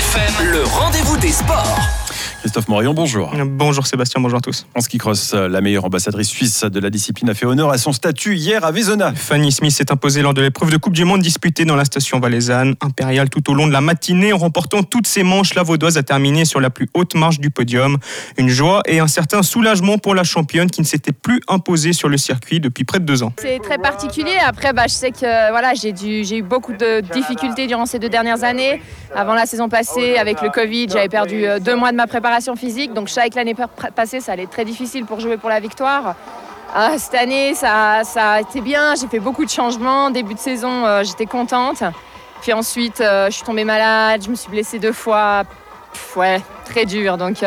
FM, le rendez-vous des sports. Christophe Morillon, bonjour. Bonjour Sébastien, bonjour à tous. En ski cross, la meilleure ambassadrice suisse de la discipline a fait honneur à son statut hier à Vézona. Fanny Smith s'est imposée lors de l'épreuve de Coupe du Monde disputée dans la station valaisanne. Impériale tout au long de la matinée, en remportant toutes ses manches, la Vaudoise a terminé sur la plus haute marche du podium. Une joie et un certain soulagement pour la championne qui ne s'était plus imposée sur le circuit depuis près de 2 ans. C'est très particulier. Après, je sais que j'ai eu beaucoup de difficultés durant ces 2 dernières années. Avant la saison passée, avec le Covid, j'avais perdu 2 mois de ma préparation physique. Donc je savais que l'année passée, ça allait être très difficile pour jouer pour la victoire. Cette année, ça a été bien. J'ai fait beaucoup de changements. Début de saison, j'étais contente. Puis ensuite, je suis tombée malade. Je me suis blessée 2 fois. Très dur. Donc,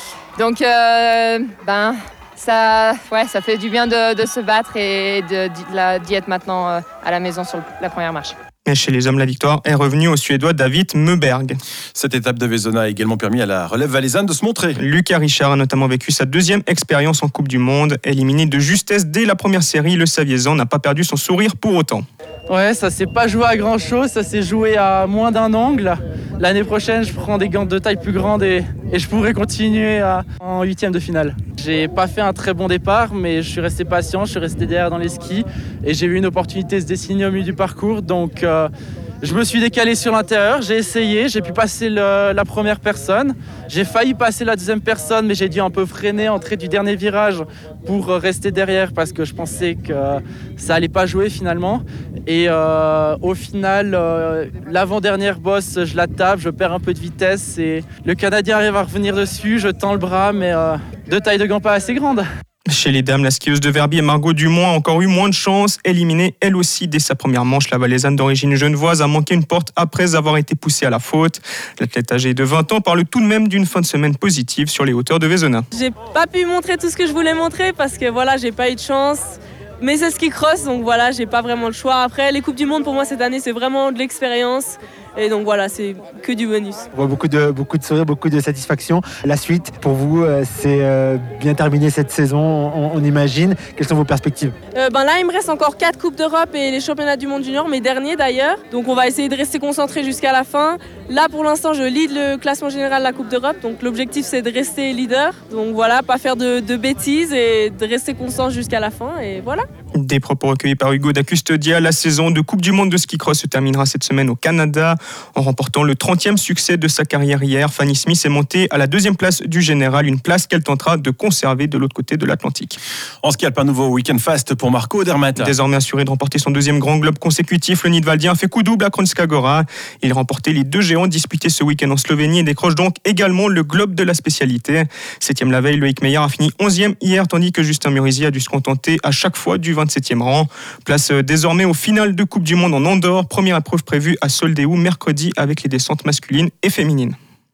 ça fait du bien de se battre et d'y être maintenant à la maison sur la première marche. Mais chez les hommes, la victoire est revenue au Suédois David Möberg. Cette étape de Vézona a également permis à la relève valaisanne de se montrer. Lucas Richard a notamment vécu sa 2e expérience en Coupe du Monde. Éliminé de justesse dès la première série, le Saviezan n'a pas perdu son sourire pour autant. Ouais, ça s'est pas joué à grand chose, ça s'est joué à moins d'un angle. L'année prochaine, je prends des gants de taille plus grande et je pourrai continuer en 8e de finale. J'ai pas fait un très bon départ, mais je suis resté patient, je suis resté derrière dans les skis et j'ai eu une opportunité de se dessiner au milieu du parcours. Donc je me suis décalé sur l'intérieur, j'ai essayé, j'ai pu passer la première personne. J'ai failli passer la 2e personne, mais j'ai dû un peu freiner, entrer du dernier virage pour rester derrière parce que je pensais que ça allait pas jouer finalement. Et au final, l'avant-dernière bosse, je la tape, je perds un peu de vitesse et le Canadien arrive à revenir dessus, je tends le bras, mais de taille de gants pas assez grande. Chez les dames, la skieuse de Verbier, Margot Dumont, a encore eu moins de chance. Éliminée, elle aussi, dès sa première manche, la valaisanne d'origine genevoise a manqué une porte après avoir été poussée à la faute. L'athlète âgée de 20 ans parle tout de même d'une fin de semaine positive sur les hauteurs de Vézona. J'ai pas pu montrer tout ce que je voulais montrer parce que j'ai pas eu de chance. Mais c'est ski cross, donc j'ai pas vraiment le choix. Après, les Coupes du Monde, pour moi, cette année, c'est vraiment de l'expérience. Et donc c'est que du bonus. Beaucoup de sourires, beaucoup de satisfaction. La suite, pour vous, c'est bien terminé cette saison, on imagine. Quelles sont vos perspectives ? Là, il me reste encore 4 Coupes d'Europe et les championnats du monde junior, mes derniers d'ailleurs. Donc on va essayer de rester concentré jusqu'à la fin. Là, pour l'instant, je lead le classement général de la Coupe d'Europe. Donc l'objectif, c'est de rester leader. Donc pas faire de bêtises et de rester constant jusqu'à la fin. Et voilà. Des propos recueillis par Hugo da Custodia. La saison de Coupe du Monde de ski cross se terminera cette semaine au Canada. En remportant le 30e succès de sa carrière hier, Fanny Smith est montée à la 2e place du général, une place qu'elle tentera de conserver de l'autre côté de l'Atlantique. En ski alpin, nouveau week-end fast pour Marco Odermatt. Désormais assuré de remporter son 2e grand globe consécutif, le Nidwaldien fait coup double à Kranjska Gora. Il remportait les 2 géants disputés ce week-end en Slovénie et décroche donc également le globe de la spécialité. 7e la veille, Loïc Meyer a fini 11e hier, tandis que Justin Murisi a dû se contenter à chaque fois du 27e rang. Place désormais au final de Coupe du Monde en Andorre. Première épreuve prévue à Soldeu mercredi avec les descentes masculines et féminines.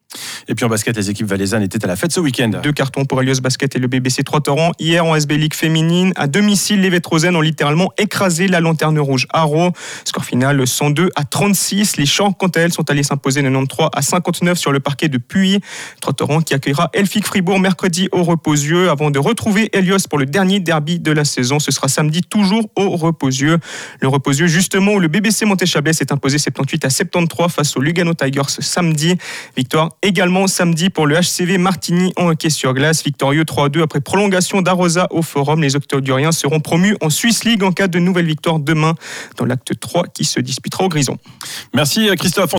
Et puis en basket, les équipes valaisannes étaient à la fête ce week-end. 2 cartons pour Helios Basket et le BBC Troitauran. Hier en SB League féminine, à domicile, les Vétrozennes ont littéralement écrasé la Lanterne Rouge Haro. Score final 102-36. Les Champs, quant à elles, sont allées s'imposer 93-59 sur le parquet de Puy. Troitauran qui accueillera Elfic Fribourg mercredi au Reposieux avant de retrouver Helios pour le dernier derby de la saison. Ce sera samedi toujours au Reposieux. Le Reposieux justement où le BBC Montéchablais s'est imposé 78-73 face aux Lugano Tigers samedi. Victoire également samedi pour le HCV Martigny en hockey sur glace, victorieux 3-2 après prolongation d'Arosa au Forum. Les Octoduriens seront promus en Swiss League en cas de nouvelle victoire demain dans l'acte 3 qui se disputera au Grison. Merci Christophe.